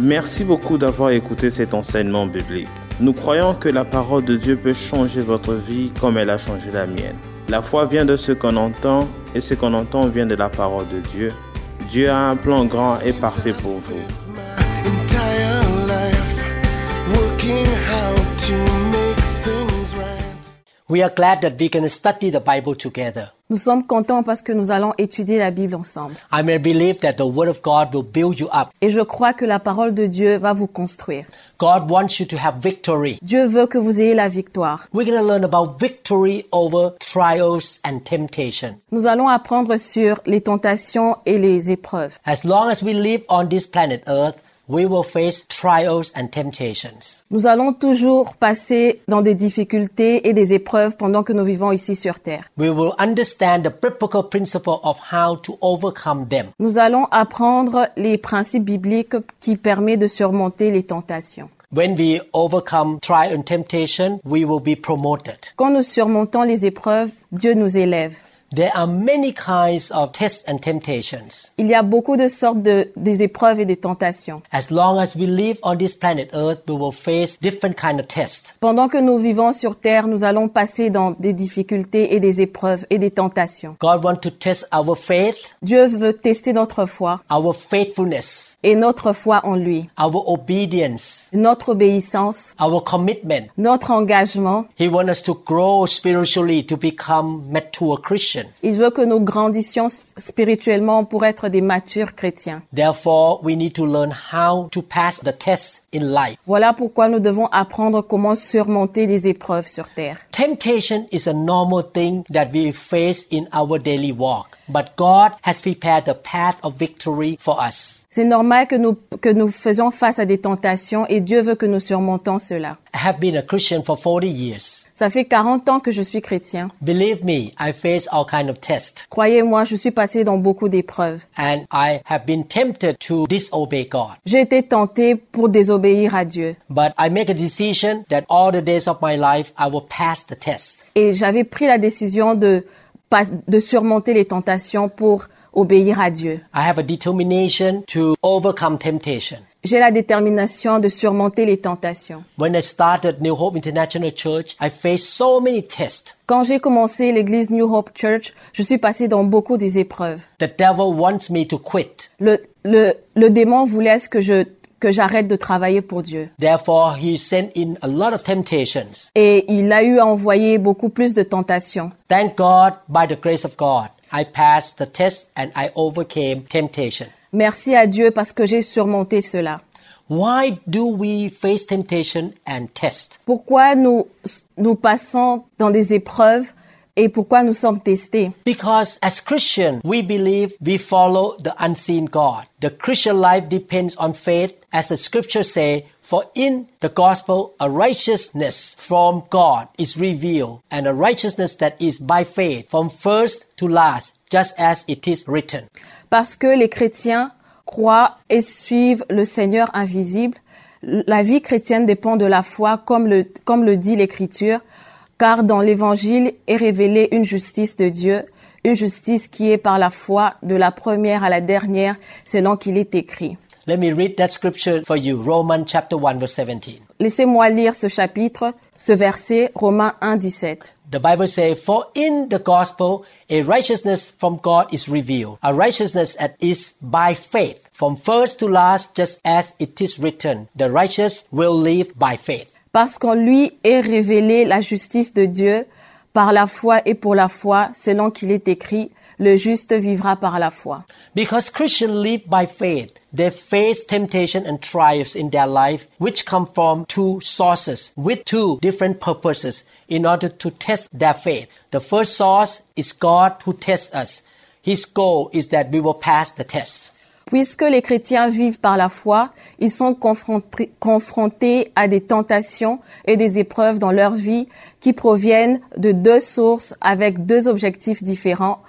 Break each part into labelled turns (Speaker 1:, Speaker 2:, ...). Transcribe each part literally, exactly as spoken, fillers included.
Speaker 1: Merci beaucoup d'avoir écouté cet enseignement biblique. Nous croyons que la parole de Dieu peut changer votre vie comme elle a changé la mienne. La foi vient de ce qu'on entend et ce qu'on entend vient de la parole de Dieu. Dieu a un plan grand et parfait pour vous.
Speaker 2: We are glad that we can study the Bible together.
Speaker 3: Nous sommes contents parce que nous allons étudier la Bible ensemble.
Speaker 2: I may believe that the Word of God will build you up.
Speaker 3: Et je crois que la parole de Dieu va vous construire.
Speaker 2: God wants you to have victory.
Speaker 3: Dieu veut que vous ayez la victoire.
Speaker 2: We're going to learn about victory over trials and temptations.
Speaker 3: Nous allons apprendre sur les tentations et les épreuves.
Speaker 2: As long as we live on this planet Earth, we will face trials and temptations.
Speaker 3: Nous allons toujours passer dans des difficultés et des épreuves pendant que nous vivons ici sur terre.
Speaker 2: We will understand the biblical principle of how to overcome them.
Speaker 3: Nous allons apprendre les principes bibliques qui permettent de surmonter les tentations.
Speaker 2: When we overcome trial and temptation, we will be promoted.
Speaker 3: Quand nous surmontons les épreuves, Dieu nous élève.
Speaker 2: There are many kinds of tests and temptations.
Speaker 3: Il y a beaucoup de sortes de des épreuves et des tentations.
Speaker 2: As long as we live on this planet Earth, we will face different kind of tests.
Speaker 3: Pendant que nous vivons sur terre, nous allons passer dans des difficultés et des épreuves et des tentations.
Speaker 2: God wants to test our faith,
Speaker 3: Dieu veut tester notre foi
Speaker 2: our faithfulness,
Speaker 3: et notre foi en lui,
Speaker 2: our obedience,
Speaker 3: notre obéissance,
Speaker 2: our commitment.
Speaker 3: notre engagement.
Speaker 2: He wants us to grow spiritually to become mature Christians.
Speaker 3: Il veut que nous grandissions spirituellement pour être des matures chrétiens.
Speaker 2: Therefore, we need to learn how to pass the tests in life.
Speaker 3: Voilà pourquoi nous devons apprendre comment surmonter les épreuves sur terre.
Speaker 2: Temptation is a normal thing that we face in our daily walk, but God has prepared the path of victory for us.
Speaker 3: C'est normal que nous, que nous faisions face à des tentations et Dieu veut que nous surmontons cela.
Speaker 2: I have been a Christian for forty years.
Speaker 3: Ça fait quarante ans que je suis chrétien.
Speaker 2: Believe me, I face all kinds of tests.
Speaker 3: Croyez-moi, je suis passé dans beaucoup d'épreuves.
Speaker 2: And I have been tempted to disobey God.
Speaker 3: J'ai été tenté pour désobéir à Dieu.
Speaker 2: But I make a decision that all the days of my life I will pass the test.
Speaker 3: Et j'avais pris la décision de, de surmonter les tentations pour obéir à Dieu.
Speaker 2: I have a determination to overcome temptation.
Speaker 3: J'ai la détermination de surmonter les tentations.
Speaker 2: When I started New Hope International Church, I faced so many tests.
Speaker 3: Quand j'ai commencé l'église New Hope Church, je suis passé dans beaucoup des épreuves.
Speaker 2: The devil wants me to quit.
Speaker 3: Le, le, le démon voulait que je, que j'arrête de travailler pour Dieu.
Speaker 2: Therefore, he sent in a lot of temptations.
Speaker 3: Et il a eu à envoyer beaucoup plus de tentations.
Speaker 2: Thank God, by the grace of God, I passed the test and I overcame temptation.
Speaker 3: Merci à Dieu parce que j'ai surmonté cela.
Speaker 2: Why do we face temptation and test?
Speaker 3: Pourquoi nous, nous passons dans des épreuves et pourquoi nous sommes testés?
Speaker 2: Because as Christians, we believe we follow the unseen God. The Christian life depends on faith, as the scriptures say, for in the gospel, a righteousness from God is revealed, and a righteousness that is by faith, from first to last, just as it is written.
Speaker 3: Parce que les chrétiens croient et suivent le Seigneur invisible, la vie chrétienne dépend de la foi, comme le, comme le dit l'Écriture, car dans l'Évangile est révélée une justice de Dieu, une justice qui est par la foi de la première à la dernière, selon qu'il est écrit.
Speaker 2: Let me read that scripture for you, Romans chapter one, verse seventeen.
Speaker 3: Laissez-moi lire ce chapitre, ce verset, Romains un, dix-sept.
Speaker 2: The Bible says, for in the gospel, a righteousness from God is revealed, a righteousness that is by faith, from first to last, just as it is written, the righteous will live by faith.
Speaker 3: Parce qu'en lui est révélée la justice de Dieu, par la foi et pour la foi, selon qu'il est écrit, le juste vivra par la foi.
Speaker 2: Because Christians live by faith, they face temptation and trials in their life, which come from two sources with two different purposes in order to test their faith. The first source is God who tests us. His goal is that we will pass the test.
Speaker 3: Puisque les chrétiens vivent par la foi, ils sont confrontés, confrontés à des tentations et des épreuves dans leur vie qui proviennent de deux sources avec deux objectifs différents.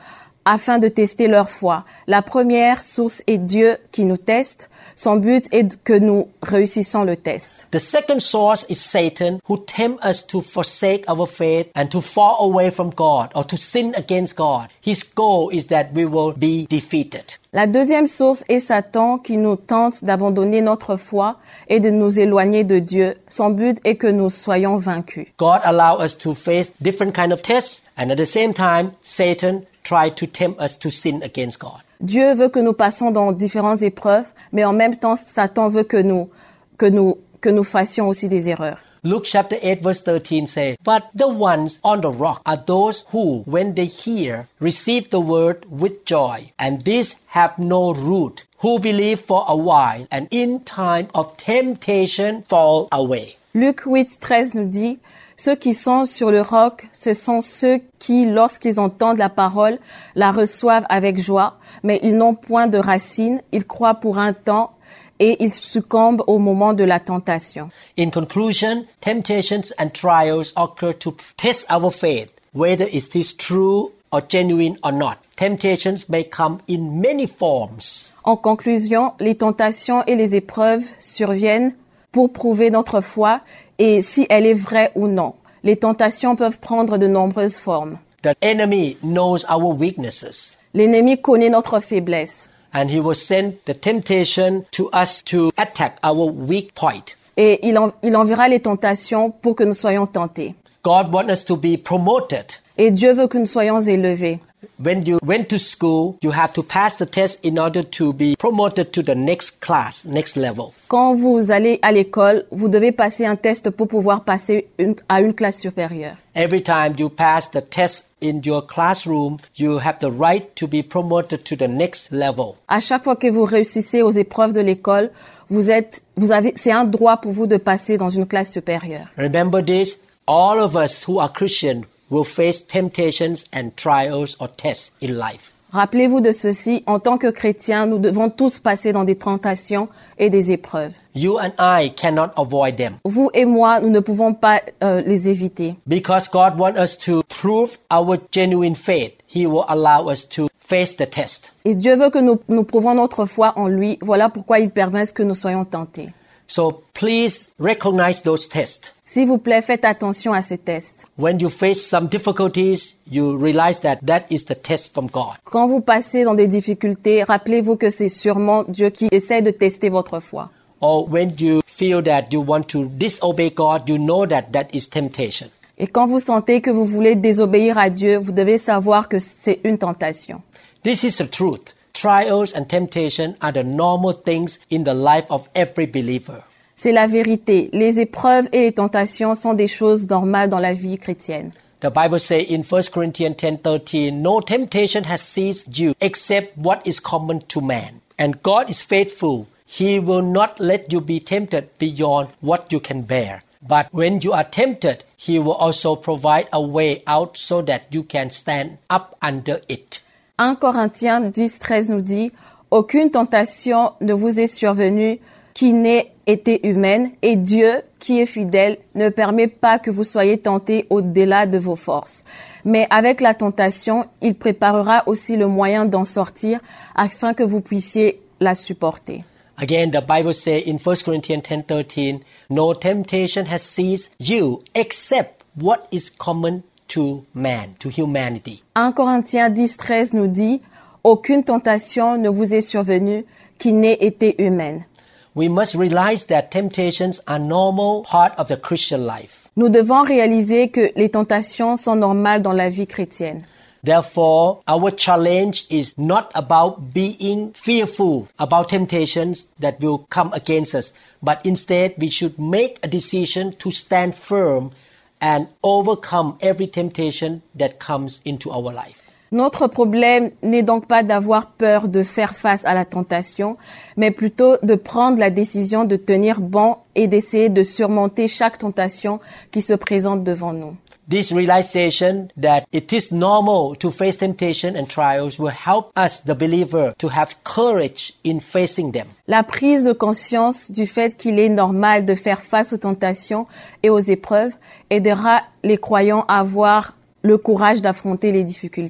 Speaker 3: afin de tester leur foi. La première source est Dieu qui nous teste. Son but est que nous réussissions le test.
Speaker 2: The second source is Satan, who tempts us to forsake our faith and to fall away from God or to sin against God. His goal is that we will be defeated.
Speaker 3: La deuxième source est Satan qui nous tente d'abandonner notre foi et de nous éloigner de Dieu. Son but est que nous soyons vaincus.
Speaker 2: God allows us to face different kind of tests, and at the same time, Satan tries to tempt us to sin against God.
Speaker 3: Dieu veut que nous passions dans différentes épreuves, mais en même temps, Satan veut que nous, que nous, que nous fassions aussi des erreurs.
Speaker 2: Luke chapter eight verse thirteen says, "But the ones on the rock are those who, when they hear, receive the word with joy, and these have no root, who believe for a while, and in time of temptation fall away."
Speaker 3: Luc huit treize nous dit, « Ceux qui sont sur le roc, ce sont ceux qui, lorsqu'ils entendent la parole, la reçoivent avec joie, mais ils n'ont point de racines, ils croient pour un temps, et ils succombent au moment de la tentation. »
Speaker 2: In conclusion, temptations and trials occur to test our faith, whether it is true or genuine or not. Temptations may come in many forms.
Speaker 3: En conclusion, les tentations et les épreuves surviennent pour prouver notre foi et si elle est vraie ou non. Les tentations peuvent prendre de nombreuses formes.
Speaker 2: The enemy knows our weaknesses,
Speaker 3: L'ennemi connaît notre faiblesse
Speaker 2: and he will send the temptation to us to attack our weak point.
Speaker 3: et il, en, il enverra les tentations pour que nous soyons tentés.
Speaker 2: God wants us to be promoted.
Speaker 3: Et Dieu veut que nous soyons élevés.
Speaker 2: When you went to school, you have to pass the test in order to be promoted to the next class, next level.
Speaker 3: Quand vous allez à l'école, vous devez passer un test pour pouvoir passer une, à une classe supérieure.
Speaker 2: Every time you pass the test in your classroom, you have the right to be promoted to the next level.
Speaker 3: À chaque fois que vous réussissez aux épreuves de l'école, vous êtes, vous avez, c'est un droit pour vous de passer dans une classe supérieure.
Speaker 2: Remember this, all of us who are Christian will face temptations and trials or tests in life.
Speaker 3: Rappelez-vous de ceci, en tant que chrétiens, nous devons tous passer dans des tentations et des épreuves.
Speaker 2: You and I cannot avoid them.
Speaker 3: Vous et moi, nous ne pouvons pas euh, les éviter.
Speaker 2: Because God wants us to prove our genuine faith, He will allow us to face the test.
Speaker 3: Et Dieu veut que nous, nous prouvons notre foi en lui. Voilà pourquoi il permet que nous soyons tentés.
Speaker 2: So please recognize those tests.
Speaker 3: S'il vous plaît, faites attention à ces tests.
Speaker 2: When you face some difficulties, you realize that that is the test from God.
Speaker 3: Quand vous passez dans des difficultés, rappelez-vous que c'est sûrement Dieu qui essaie de tester votre foi.
Speaker 2: Or when you feel that you want to disobey God, you know that that is temptation.
Speaker 3: Et quand vous sentez que vous voulez désobéir à Dieu, vous devez savoir que c'est une tentation.
Speaker 2: This is the truth. Trials and temptation are the normal things in the life of every believer.
Speaker 3: C'est la vérité. Les épreuves et les tentations sont des choses normales dans la vie chrétienne.
Speaker 2: The Bible says in First Corinthians ten thirteen, "No temptation has seized you except what is common to man. And God is faithful. He will not let you be tempted beyond what you can bear. But when you are tempted, He will also provide a way out so that you can stand up under it."
Speaker 3: un Corinthiens dix treize nous dit « Aucune tentation ne vous est survenue qui n'ait été humaine, et Dieu, qui est fidèle, ne permet pas que vous soyez tentés au-delà de vos forces. Mais avec la tentation, il préparera aussi le moyen d'en sortir afin que vous puissiez la supporter. »
Speaker 2: Again, the Bible says in First Corinthians ten thirteen, "No temptation has seized you except what is common to man, to humanity."
Speaker 3: un Corinthiens dix treize nous dit « Aucune tentation ne vous est survenue qui n'ait été humaine. »
Speaker 2: We must realize that temptations are normal part of the Christian life.
Speaker 3: Nous devons réaliser que les tentations sont normales dans la vie chrétienne.
Speaker 2: Therefore, our challenge is not about being fearful about temptations that will come against us, but instead we should make a decision to stand firm and overcome every temptation that comes into our life.
Speaker 3: Notre problème n'est donc pas d'avoir peur de faire face à la tentation, mais plutôt de prendre la décision de tenir bon et d'essayer de surmonter chaque tentation qui se présente devant nous.
Speaker 2: This realization that it is normal to face temptation and trials will help us, the believer, to have courage in facing them.
Speaker 3: La prise de conscience du fait qu'il est normal de faire face aux tentations et aux épreuves aidera les croyants à avoir le courage d'affronter les difficultés.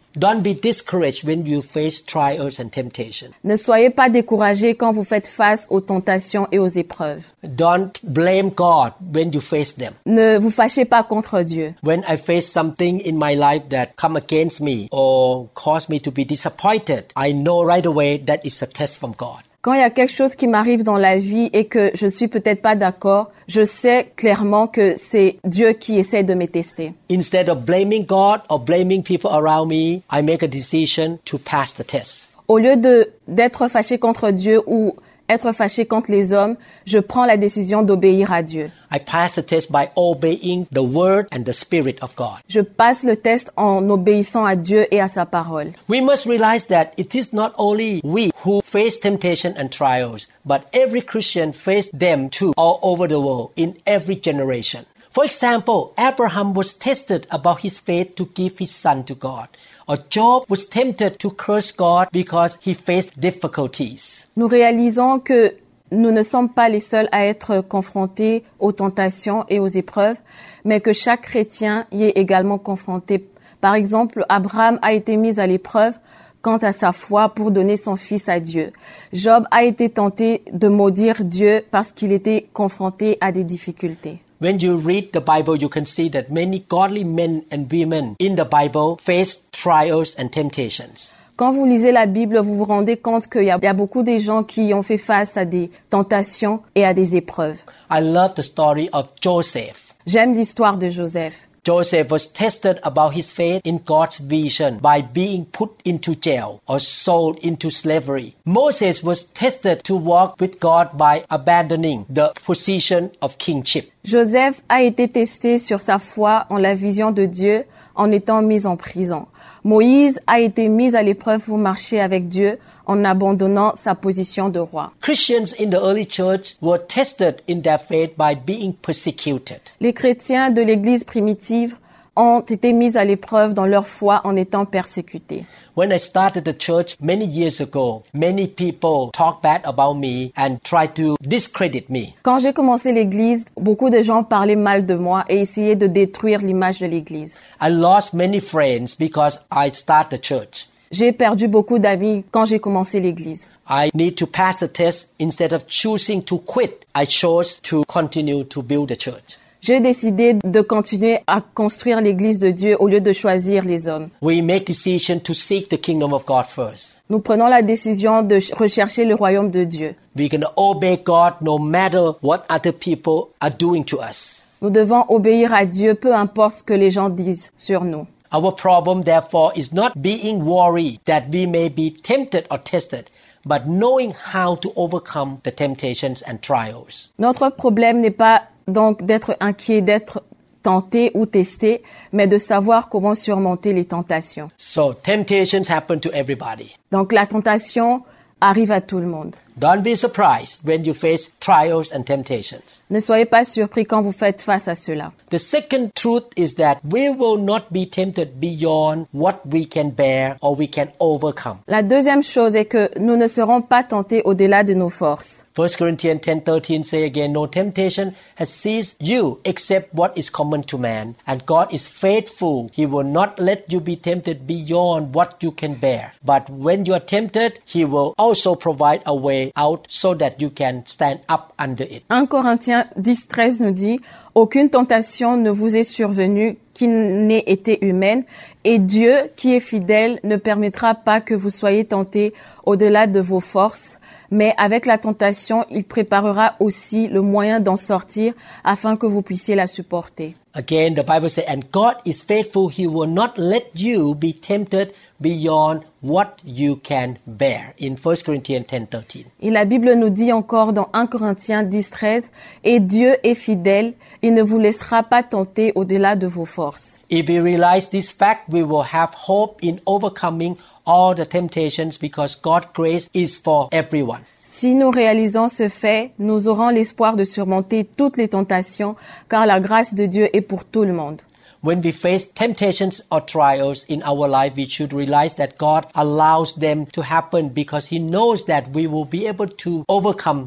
Speaker 2: Don't be discouraged when you face trials and temptation.
Speaker 3: Ne soyez pas découragés quand vous faites face aux tentations et aux épreuves.
Speaker 2: Don't blame God when you face them.
Speaker 3: Ne vous fâchez pas contre Dieu.
Speaker 2: When I face something in my life that come against me or cause me to be disappointed, I know right away that it's a test from God.
Speaker 3: Quand il y a quelque chose qui m'arrive dans la vie et que je suis peut-être pas d'accord, je sais clairement que c'est Dieu qui essaie de me tester.
Speaker 2: Instead of blaming God or blaming people around me, I make a decision to pass the test.
Speaker 3: Au lieu de d'être fâché contre Dieu ou être fâché contre les hommes, je prends la décision d'obéir à Dieu.
Speaker 2: I pass the test by obeying the word and the spirit of God.
Speaker 3: Je passe le test en obéissant à Dieu et à sa parole.
Speaker 2: We must realize that it is not only we who face temptation and trials, but every Christian face them too all over the world in every generation. For example, Abraham was tested about his faith to give his son to God. Or Job was tempted to curse God because he faced difficulties.
Speaker 3: Nous réalisons que nous ne sommes pas les seuls à être confrontés aux tentations et aux épreuves, mais que chaque chrétien y est également confronté. Par exemple, Abraham a été mis à l'épreuve quant à sa foi pour donner son fils à Dieu. Job a été tenté de maudire Dieu parce qu'il était confronté à des difficultés.
Speaker 2: When you read the Bible, you can see that many godly men and women in the Bible face trials and temptations.
Speaker 3: Quand vous lisez la Bible, vous vous rendez compte qu'il y a, il y a beaucoup de gens qui ont fait face à des tentations et à des épreuves.
Speaker 2: I love the story of Joseph.
Speaker 3: J'aime l'histoire de Joseph.
Speaker 2: Joseph was tested about his faith in God's vision by being put into jail or sold into slavery. Moses was tested to walk with God by abandoning the position of kingship.
Speaker 3: Joseph a été testé sur sa foi en la vision de Dieu en étant mis en prison. Moïse a été mis à l'épreuve pour marcher avec Dieu en abandonnant sa position de roi.
Speaker 2: Christians in the early church were tested in their faith by being persecuted.
Speaker 3: Les chrétiens de l'Église primitive ont été mis à l'épreuve dans leur foi en étant persécutés.
Speaker 2: When I started the church many years ago, many people talked bad about me and tried to discredit me.
Speaker 3: Quand j'ai commencé l'Église, beaucoup de gens parlaient mal de moi et essayaient de détruire l'image de l'Église.
Speaker 2: I lost many friends because I started the church.
Speaker 3: J'ai perdu beaucoup d'amis quand j'ai commencé l'Église.
Speaker 2: I need to pass the test. Instead of choosing to quit, I chose to continue to build the church.
Speaker 3: J'ai décidé de continuer à construire l'Église de Dieu au lieu de choisir les hommes.
Speaker 2: We make decision to seek the kingdom of God first.
Speaker 3: Nous prenons la décision de rechercher le royaume de Dieu.
Speaker 2: We can obey God no matter what other people are doing to us.
Speaker 3: Nous devons obéir à Dieu, peu importe ce que les gens disent sur nous.
Speaker 2: Our problem, therefore, is not being worried that we may be tempted or tested, but knowing how to overcome the temptations and trials.
Speaker 3: Notre problème n'est pas donc d'être inquiet, d'être tenté ou testé, mais de savoir comment surmonter les tentations.
Speaker 2: So, temptations happen to everybody.
Speaker 3: Donc la tentation arrive à tout le monde.
Speaker 2: Don't be surprised when you face trials and temptations.
Speaker 3: Ne soyez pas surpris quand vous faites face à cela.
Speaker 2: The second truth is that we will not be tempted beyond what we can bear or we can overcome.
Speaker 3: La deuxième chose est que nous ne serons pas tentés au-delà de nos forces.
Speaker 2: First Corinthians ten thirteen say again, no temptation has seized you except what is common to man. And God is faithful. He will not let you be tempted beyond what you can bear. But when you are tempted, He will also provide a way out so that you can stand up under it.
Speaker 3: un Corinthiens dix treize nous dit « Aucune tentation ne vous est survenue qui n'ait été humaine, et Dieu, qui est fidèle, ne permettra pas que vous soyez tentés au-delà de vos forces, mais avec la tentation, il préparera aussi le moyen d'en sortir afin que vous puissiez la supporter. »
Speaker 2: Again, the Bible says, and God is faithful. He will not let you be tempted beyond what you can bear. In First Corinthians ten thirteen.
Speaker 3: Et la Bible nous dit encore dans un Corinthiens dix treize, « Et Dieu est fidèle, il ne vous laissera pas tenter au-delà de vos forces. »
Speaker 2: If we realize this fact, we will have hope in overcoming all the temptations because God's grace is for everyone.
Speaker 3: Si nous réalisons ce fait, nous aurons l'espoir de surmonter toutes les tentations, car la grâce de Dieu est pour tout le monde.
Speaker 2: When we face temptations or trials in our life, we should realize that God allows them to happen because He knows that we will be able to overcome them.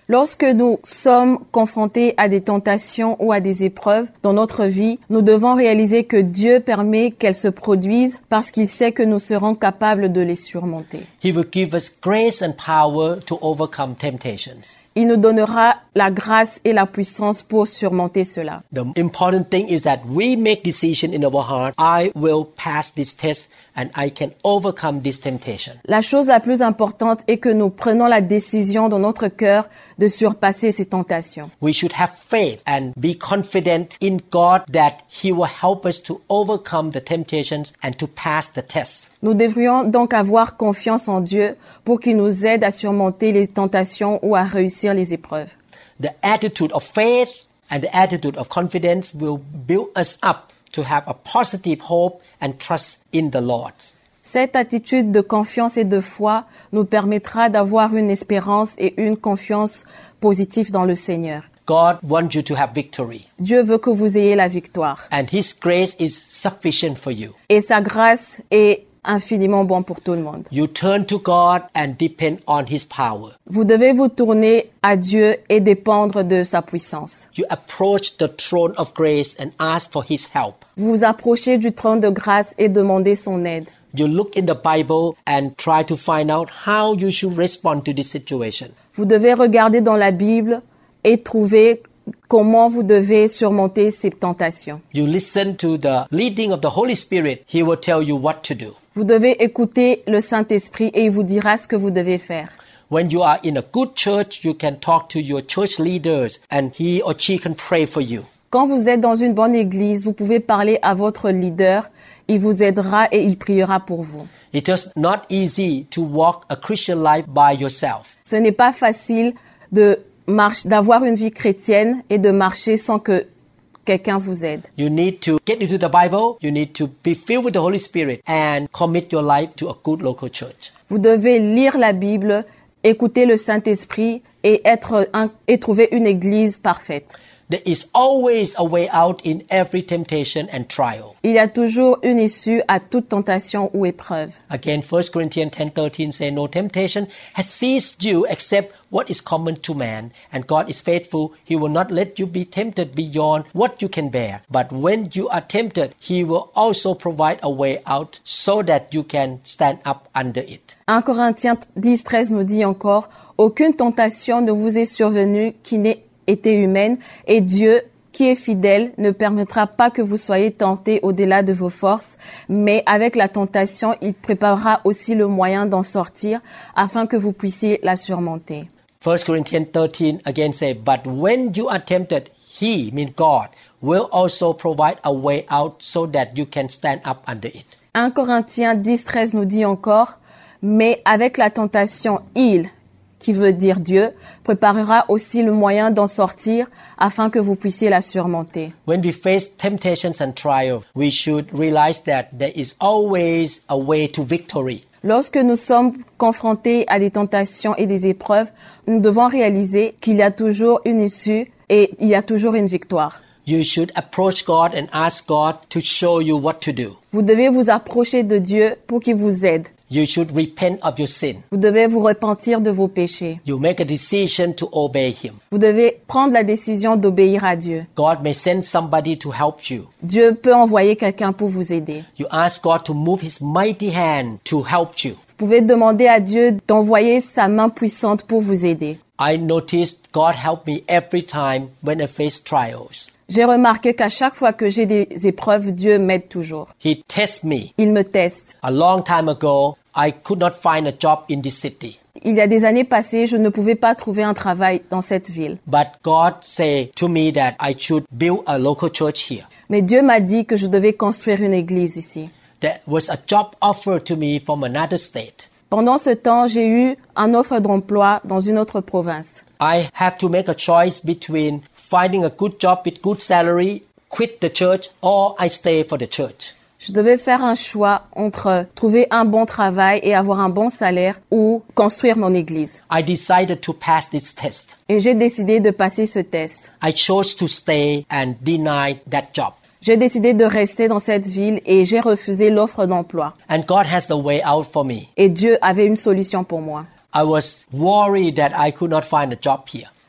Speaker 3: Lorsque nous sommes confrontés à des tentations ou à des épreuves dans notre vie, nous devons réaliser que Dieu permet qu'elles se produisent parce qu'il sait que nous serons capables de les surmonter.
Speaker 2: He will give us grace and power to overcome temptations.
Speaker 3: Il nous donnera la grâce et la puissance pour surmonter cela.
Speaker 2: The important thing is that we make decision in our heart. I will pass this test and I can overcome this temptation.
Speaker 3: La chose la plus importante est que nous prenons la décision dans notre cœur de surpasser ces tentations.
Speaker 2: We should have faith and be confident in God that He will help us to overcome the temptations and to pass the test.
Speaker 3: Nous devrions donc avoir confiance en Dieu pour qu'il nous aide à surmonter les tentations ou à réussir les épreuves.
Speaker 2: The attitude of faith and the attitude of confidence will build us up to have a positive hope and trust in the Lord.
Speaker 3: Cette attitude de confiance et de foi nous permettra d'avoir une espérance et une confiance positive dans le Seigneur.
Speaker 2: God wants you to have victory.
Speaker 3: Dieu veut que vous ayez la victoire.
Speaker 2: And His grace is sufficient for you.
Speaker 3: Et sa grâce est infiniment bon pour tout le monde.
Speaker 2: You turn to God and depend on His power.
Speaker 3: Vous devez vous tourner à Dieu et dépendre de sa puissance.
Speaker 2: You approach the throne of grace and ask for His help.
Speaker 3: Vous vous approchez du trône de grâce et demandez son aide.
Speaker 2: You look in the Bible and try to find out how you should respond to this situation.
Speaker 3: Vous devez regarder dans la Bible et trouver comment vous devez surmonter ces tentations.
Speaker 2: You listen to the leading of the Holy Spirit. He will tell you what to do.
Speaker 3: Vous devez écouter le Saint-Esprit et il vous dira ce que vous devez faire.
Speaker 2: When you are in a good church, you can talk to your church leaders and he or she can pray for you.
Speaker 3: Quand vous êtes dans une bonne église, vous pouvez parler à votre leader, il vous aidera et il priera pour vous.
Speaker 2: It is not easy to walk a Christian life by yourself.
Speaker 3: Ce n'est pas facile de marche, d'avoir une vie chrétienne et de marcher sans que quelqu'un vous aide.
Speaker 2: You need to get into the Bible. You need to be filled with the Holy Spirit and commit your life to a good local church.
Speaker 3: Vous devez lire la Bible, écouter le Saint-Esprit et être un, et trouver une église parfaite.
Speaker 2: There is always a way out in every temptation and trial.
Speaker 3: Il y a toujours une issue à toute tentation ou épreuve.
Speaker 2: Again, First Corinthians ten thirteen says, no temptation has seized you except what is common to man. And God is faithful. He will not let you be tempted beyond what you can bear. But when you are tempted, He will also provide a way out so that you can stand up under it.
Speaker 3: un Corinthiens dix treize nous dit encore, aucune tentation ne vous est survenue qui n'ait été humaine, et Dieu, qui est fidèle, ne permettra pas que vous soyez tentés au-delà de vos forces, mais avec la tentation, il préparera aussi le moyen d'en sortir afin que vous puissiez la surmonter.
Speaker 2: First Corinthians thirteen again say, but when you are tempted, He, mean God, will also provide a way out so that you can stand up under it.
Speaker 3: un Corinthiens dix treize nous dit encore, mais avec la tentation, il, qui veut dire Dieu, préparera aussi le moyen d'en sortir afin que vous puissiez la surmonter.
Speaker 2: When we face temptations and trials, we should realize that there is always a way to victory.
Speaker 3: Lorsque nous sommes confrontés à des tentations et des épreuves, nous devons réaliser qu'il y a toujours une issue et il y a toujours une victoire.
Speaker 2: You should approach God and ask God to show you what to do.
Speaker 3: Vous devez vous approcher de Dieu pour qu'il vous aide.
Speaker 2: You should repent of your sin.
Speaker 3: Vous devez vous repentir de vos péchés.
Speaker 2: You make a decision to obey Him.
Speaker 3: Vous devez prendre la décision d'obéir à Dieu.
Speaker 2: God may send somebody to help you.
Speaker 3: Dieu peut envoyer quelqu'un pour vous aider.
Speaker 2: You ask God to move His mighty hand to help you.
Speaker 3: Vous pouvez demander à Dieu d'envoyer sa main puissante pour vous aider.
Speaker 2: I noticed God helped me every time when I face trials.
Speaker 3: J'ai remarqué qu'à chaque fois que j'ai des épreuves, Dieu m'aide toujours.
Speaker 2: He tests me.
Speaker 3: Il me teste.
Speaker 2: A long time ago, I could not find a job in this city.
Speaker 3: Il y a des années passées, je ne pouvais pas trouver un travail dans cette ville.
Speaker 2: But God said to me that I should build a local church here.
Speaker 3: Mais Dieu m'a dit que je devais construire une église ici.
Speaker 2: There was a job offered to me from another state.
Speaker 3: Pendant ce temps, j'ai eu une offre d'emploi dans une autre province.
Speaker 2: I have to make a choice between finding a good job with good salary, quit the church, or I stay for the church.
Speaker 3: Je devais faire un choix entre trouver un bon travail et avoir un bon salaire ou construire mon église.
Speaker 2: I decided to pass this test.
Speaker 3: Et j'ai décidé de passer ce test.
Speaker 2: I chose to stay and deny that job.
Speaker 3: J'ai décidé de rester dans cette ville et j'ai refusé l'offre d'emploi.
Speaker 2: And God has the way out for me.
Speaker 3: Et Dieu avait une solution pour moi.
Speaker 2: I was worried that I could not find a job here.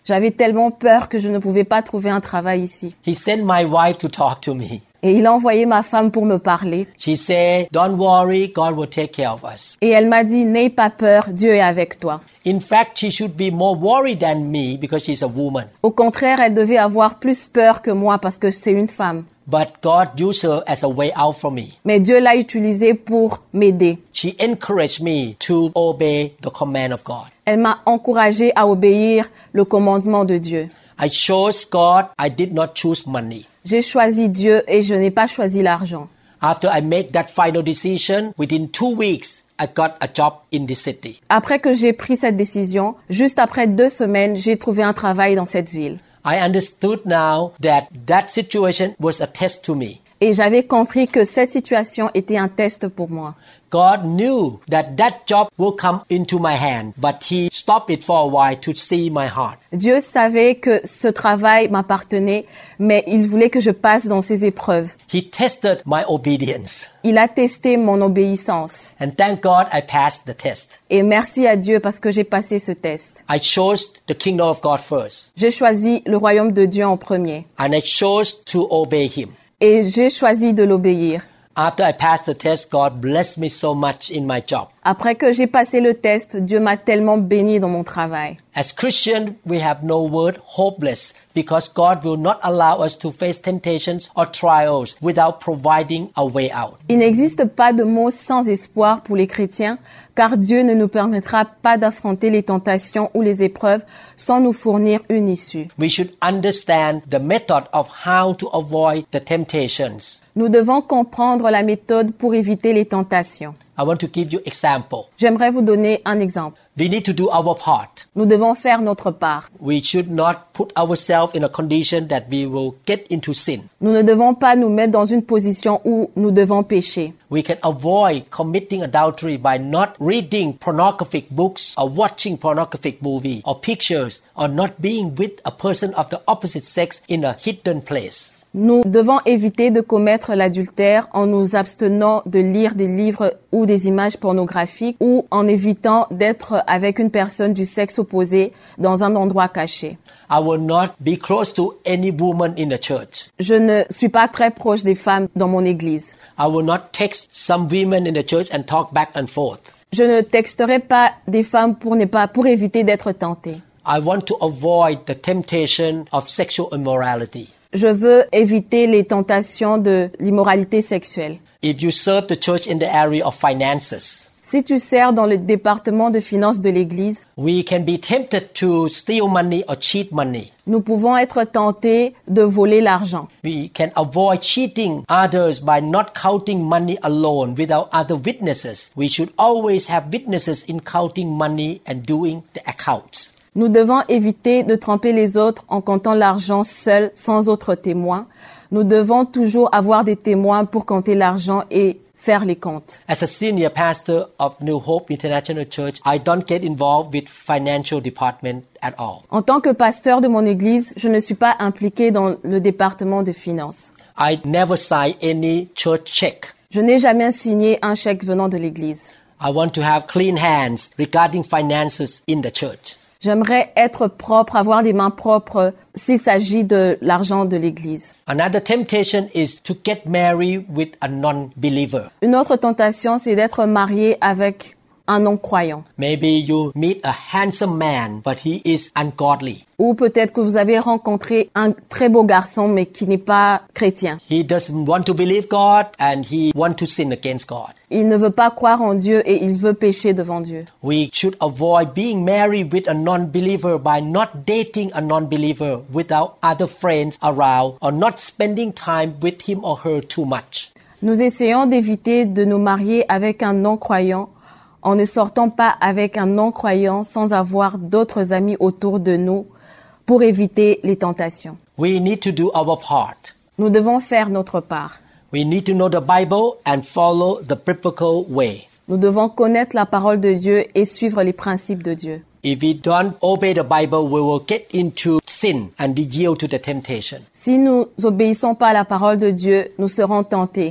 Speaker 3: J'avais tellement peur que je ne pouvais pas trouver un travail ici.
Speaker 2: He sent my wife to talk to me.
Speaker 3: Et il a envoyé ma femme pour me parler.
Speaker 2: She said, "Don't worry, God will take care of us."
Speaker 3: Et elle m'a dit, n'aie pas peur, Dieu est avec toi.
Speaker 2: In fact, she should be more worried than me because she's a woman.
Speaker 3: Au contraire, elle devait avoir plus peur que moi parce que c'est une femme.
Speaker 2: But God used her as a way out for me.
Speaker 3: Mais Dieu l'a utilisée pour m'aider.
Speaker 2: She encouraged me to obey the command of God.
Speaker 3: Elle m'a encouragée à obéir le commandement de Dieu.
Speaker 2: I chose God. I did not choose money.
Speaker 3: J'ai choisi Dieu et je n'ai pas choisi l'argent.
Speaker 2: After I made that final decision, within two weeks, I got a job in the city.
Speaker 3: Après que j'ai pris cette décision, juste après deux semaines, j'ai trouvé un travail dans cette ville.
Speaker 2: I understood now that that situation was a test to me.
Speaker 3: Et j'avais compris que cette situation était un test pour moi.
Speaker 2: God knew that that job will come into my hand, but He stopped it for a while to see my heart.
Speaker 3: Dieu savait que ce travail m'appartenait, mais il voulait que je passe dans ces épreuves.
Speaker 2: He tested my obedience.
Speaker 3: Il a testé mon obéissance.
Speaker 2: And thank God I passed the test.
Speaker 3: Et merci à Dieu parce que j'ai passé ce test.
Speaker 2: I chose the kingdom of God first.
Speaker 3: J'ai choisi le royaume de Dieu en premier.
Speaker 2: And I chose to obey Him.
Speaker 3: Et j'ai choisi de l'obéir.
Speaker 2: After I passed the test, God blessed me so much in my job.
Speaker 3: Après que j'ai passé le test, Dieu m'a tellement béni dans mon travail.
Speaker 2: As Christians, we have no word hopeless because God will not allow us to face temptations or trials without providing a way out.
Speaker 3: Il n'existe pas de mots sans espoir pour les chrétiens, car Dieu ne nous permettra pas d'affronter les tentations ou les épreuves sans nous fournir une issue.
Speaker 2: We should understand the method of how to avoid the temptations.
Speaker 3: Nous devons comprendre la méthode pour éviter les tentations.
Speaker 2: I want to give you example.
Speaker 3: J'aimerais vous donner un exemple.
Speaker 2: We need to do our part.
Speaker 3: Nous devons faire notre part.
Speaker 2: We should not put ourselves in a condition that we will get into sin.
Speaker 3: Nous ne devons pas nous mettre dans une position où nous devons pécher.
Speaker 2: We can avoid committing adultery by not reading pornographic books or watching pornographic movies or pictures or not being with a person of the opposite sex in a hidden place.
Speaker 3: Nous devons éviter de commettre l'adultère en nous abstenant de lire des livres ou des images pornographiques ou en évitant d'être avec une personne du sexe opposé dans un endroit caché.
Speaker 2: I will not be close to any woman in the church.
Speaker 3: Je ne suis pas très proche des femmes dans mon église.
Speaker 2: I will not text some women in the church and talk back and forth.
Speaker 3: Je ne texterai pas des femmes pour ne pas, pour éviter d'être tentée.
Speaker 2: I want to avoid the temptation of sexual immorality.
Speaker 3: Je veux éviter les tentations de l'immoralité sexuelle.
Speaker 2: If you serve the church in the area of finances,
Speaker 3: si tu sers dans le département de finances de l'Église,
Speaker 2: we can be tempted to steal money or cheat money.
Speaker 3: Nous pouvons être tentés de voler l'argent.
Speaker 2: We can avoid cheating others by not counting money alone without other witnesses. We should always have witnesses in counting money and doing the accounts.
Speaker 3: Nous devons éviter de tromper les autres en comptant l'argent seul, sans autres témoins. Nous devons toujours avoir des témoins pour compter l'argent et faire les comptes.
Speaker 2: As a senior pastor of New Hope International Church, I don't get involved with financial department at all.
Speaker 3: En tant que pasteur de mon église, je ne suis pas impliqué dans le département de finances.
Speaker 2: I never sign any church check.
Speaker 3: Je n'ai jamais signé un chèque venant de l'église.
Speaker 2: I want to have clean hands regarding finances in the church.
Speaker 3: J'aimerais être propre, avoir des mains propres s'il s'agit de l'argent de l'Église.
Speaker 2: Another temptation is to get married with a non-believer.
Speaker 3: Une autre tentation, c'est d'être marié avec un non-croyant.
Speaker 2: Maybe you meet a handsome man, but he is ungodly.
Speaker 3: Ou peut-être que vous avez rencontré un très beau garçon, mais qui n'est pas chrétien.
Speaker 2: He doesn't want to believe God and he wants to sin against God.
Speaker 3: Il ne veut pas croire en Dieu et il veut pécher devant Dieu.
Speaker 2: We should avoid being married with a non-believer by not dating a non-believer without other friends around or not spending time with him or her too much.
Speaker 3: Nous essayons d'éviter de nous marier avec un non-croyant en ne sortant pas avec un non-croyant sans avoir d'autres amis autour de nous pour éviter les tentations.
Speaker 2: We need to do our part.
Speaker 3: Nous devons faire notre part.
Speaker 2: We need to know the Bible and follow the biblical way.
Speaker 3: Nous devons connaître la parole de Dieu et suivre les principes de Dieu.
Speaker 2: If we don't obey the Bible, we will get into sin and we yield to the temptation.
Speaker 3: Si nous obéissons pas à la parole de Dieu, nous serons tentés.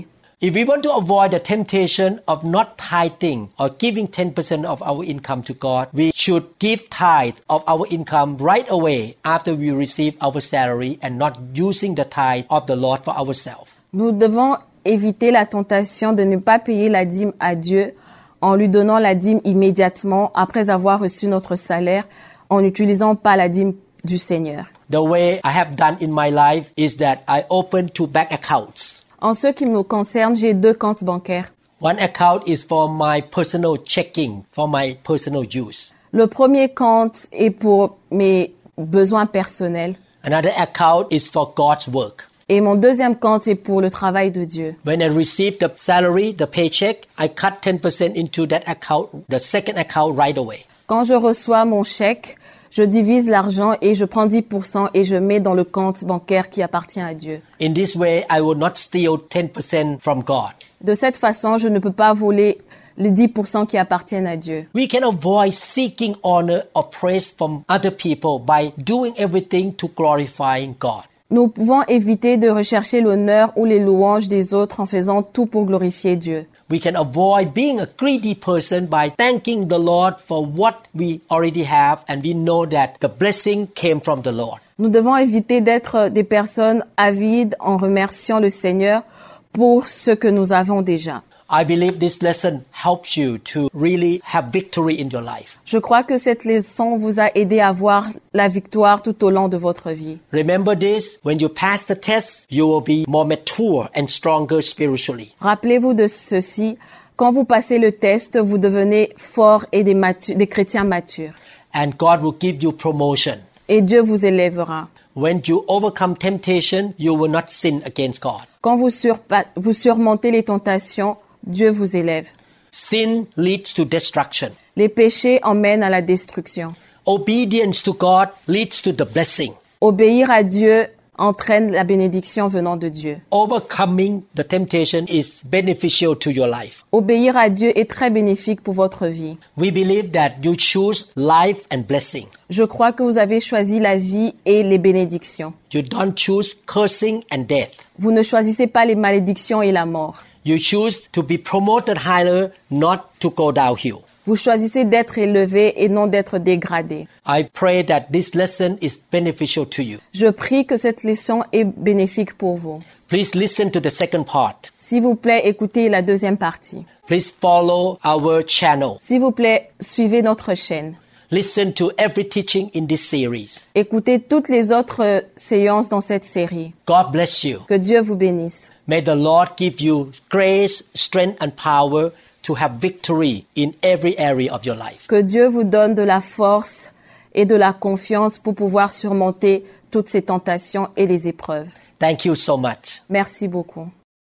Speaker 2: If we want to avoid the temptation of not tithing or giving ten percent of our income to God, we should give tithe of our income right away after we receive our salary and not using the tithe of the Lord for ourselves.
Speaker 3: Nous devons éviter la tentation de ne pas payer la dîme à Dieu en lui donnant la dîme immédiatement après avoir reçu notre salaire, en n'utilisant pas la dîme du Seigneur.
Speaker 2: The way I have done in my life is that I open two bank accounts.
Speaker 3: En ce qui me concerne, j'ai deux comptes bancaires.
Speaker 2: One account is for my personal checking, for my personal use.
Speaker 3: Le premier compte est pour mes besoins personnels.
Speaker 2: Another account is for God's work.
Speaker 3: Et mon deuxième compte est pour le travail de Dieu.
Speaker 2: When I receive the salary, the paycheck, I cut ten percent into that account, the second account right away.
Speaker 3: Quand je reçois mon chèque, je divise l'argent et je prends dix pour cent et je mets dans le compte bancaire qui appartient à Dieu.
Speaker 2: In this way, I will not steal ten percent from God.
Speaker 3: De cette façon, je ne peux pas voler les dix pour cent qui appartiennent à Dieu.
Speaker 2: We can avoid seeking honor or praise from other people by doing everything to glorifying God.
Speaker 3: Nous pouvons éviter de rechercher l'honneur ou les louanges des autres en faisant tout pour glorifier Dieu.
Speaker 2: We can avoid being a greedy person by thanking the Lord for what we already have, and we know that the blessing came from the Lord.
Speaker 3: Nous devons éviter d'être des personnes avides en remerciant le Seigneur pour ce que nous avons déjà.
Speaker 2: I believe this lesson helps you to really have victory in your life.
Speaker 3: Je crois que cette leçon vous a aidé à voir la victoire tout au long de votre vie.
Speaker 2: Remember this, when you pass the test, you will be more mature and stronger spiritually.
Speaker 3: Rappelez-vous de ceci, quand vous passez le test, vous devenez forts et des, matu- des chrétiens matures.
Speaker 2: And God will give you promotion.
Speaker 3: Et Dieu vous élèvera.
Speaker 2: When you overcome temptation, you will not sin against God.
Speaker 3: Quand vous, surpa- vous surmontez les tentations, Dieu vous élève.
Speaker 2: Sin leads to destruction.
Speaker 3: Les péchés emmènent à la destruction.
Speaker 2: Obedience to God leads to the blessing.
Speaker 3: Obéir à Dieu entraîne la bénédiction venant de Dieu.
Speaker 2: Overcoming the temptation is beneficial to your life.
Speaker 3: Obéir à Dieu est très bénéfique pour votre vie.
Speaker 2: We believe that you choose life and blessing.
Speaker 3: Je crois que vous avez choisi la vie et les bénédictions.
Speaker 2: You don't choose cursing and death.
Speaker 3: Vous ne choisissez pas les malédictions et la mort.
Speaker 2: You choose to be promoted higher, not to go downhill.
Speaker 3: Vous choisissez d'être élevé et non d'être dégradé.
Speaker 2: I pray that this lesson is beneficial to you.
Speaker 3: Je prie que cette leçon est bénéfique pour vous.
Speaker 2: Please listen to the second part.
Speaker 3: S'il vous plaît, écoutez la deuxième partie.
Speaker 2: Please follow our channel.
Speaker 3: S'il vous plaît, suivez notre chaîne.
Speaker 2: Listen to every teaching in this series.
Speaker 3: Écoutez toutes les autres séances dans cette série.
Speaker 2: God bless you.
Speaker 3: Que Dieu vous bénisse.
Speaker 2: May the Lord give you grace, strength, and power to have victory in every area of your life.
Speaker 3: Que Dieu vous donne de la force et de la confiance pour pouvoir surmonter toutes ces tentations et les épreuves.
Speaker 2: Thank you so much.
Speaker 3: Merci beaucoup.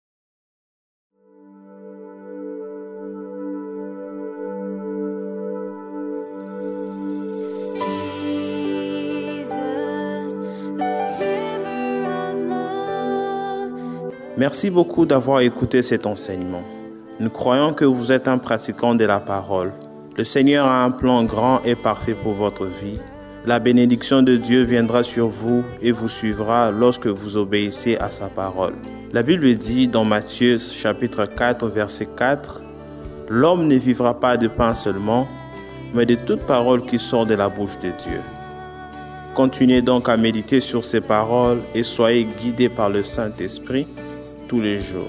Speaker 1: Merci beaucoup d'avoir écouté cet enseignement. Nous croyons que vous êtes un pratiquant de la parole. Le Seigneur a un plan grand et parfait pour votre vie. La bénédiction de Dieu viendra sur vous et vous suivra lorsque vous obéissez à sa parole. La Bible dit dans Matthieu chapitre quatre, verset quatre, « L'homme ne vivra pas de pain seulement, mais de toute parole qui sort de la bouche de Dieu. » Continuez donc à méditer sur ces paroles et soyez guidés par le Saint-Esprit tous les jours.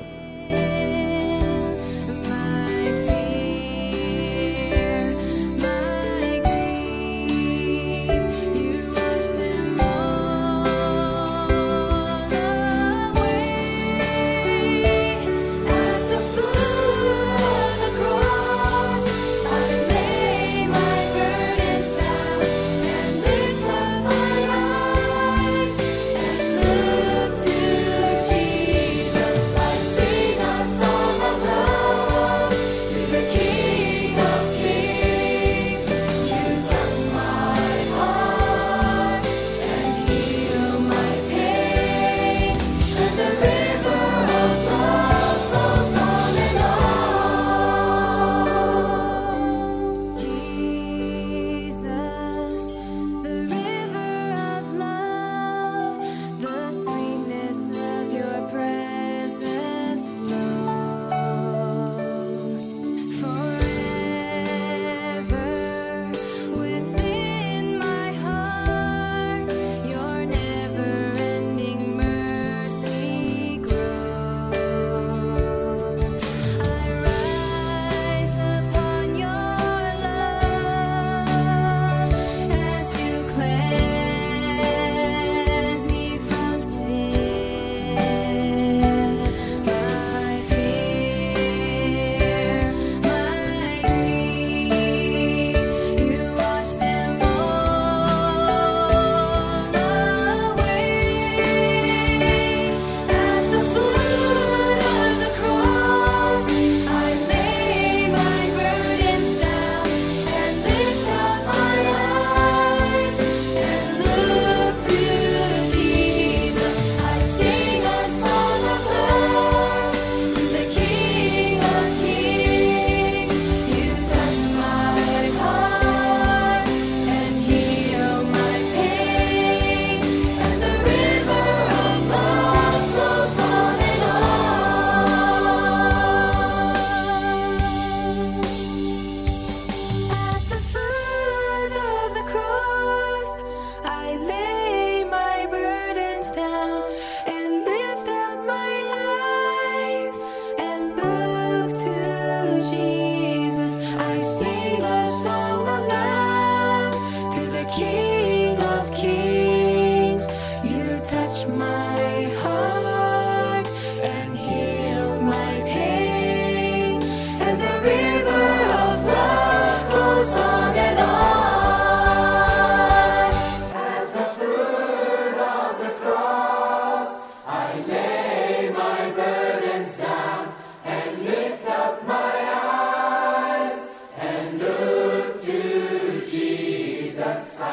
Speaker 4: See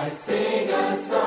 Speaker 4: I sing a song.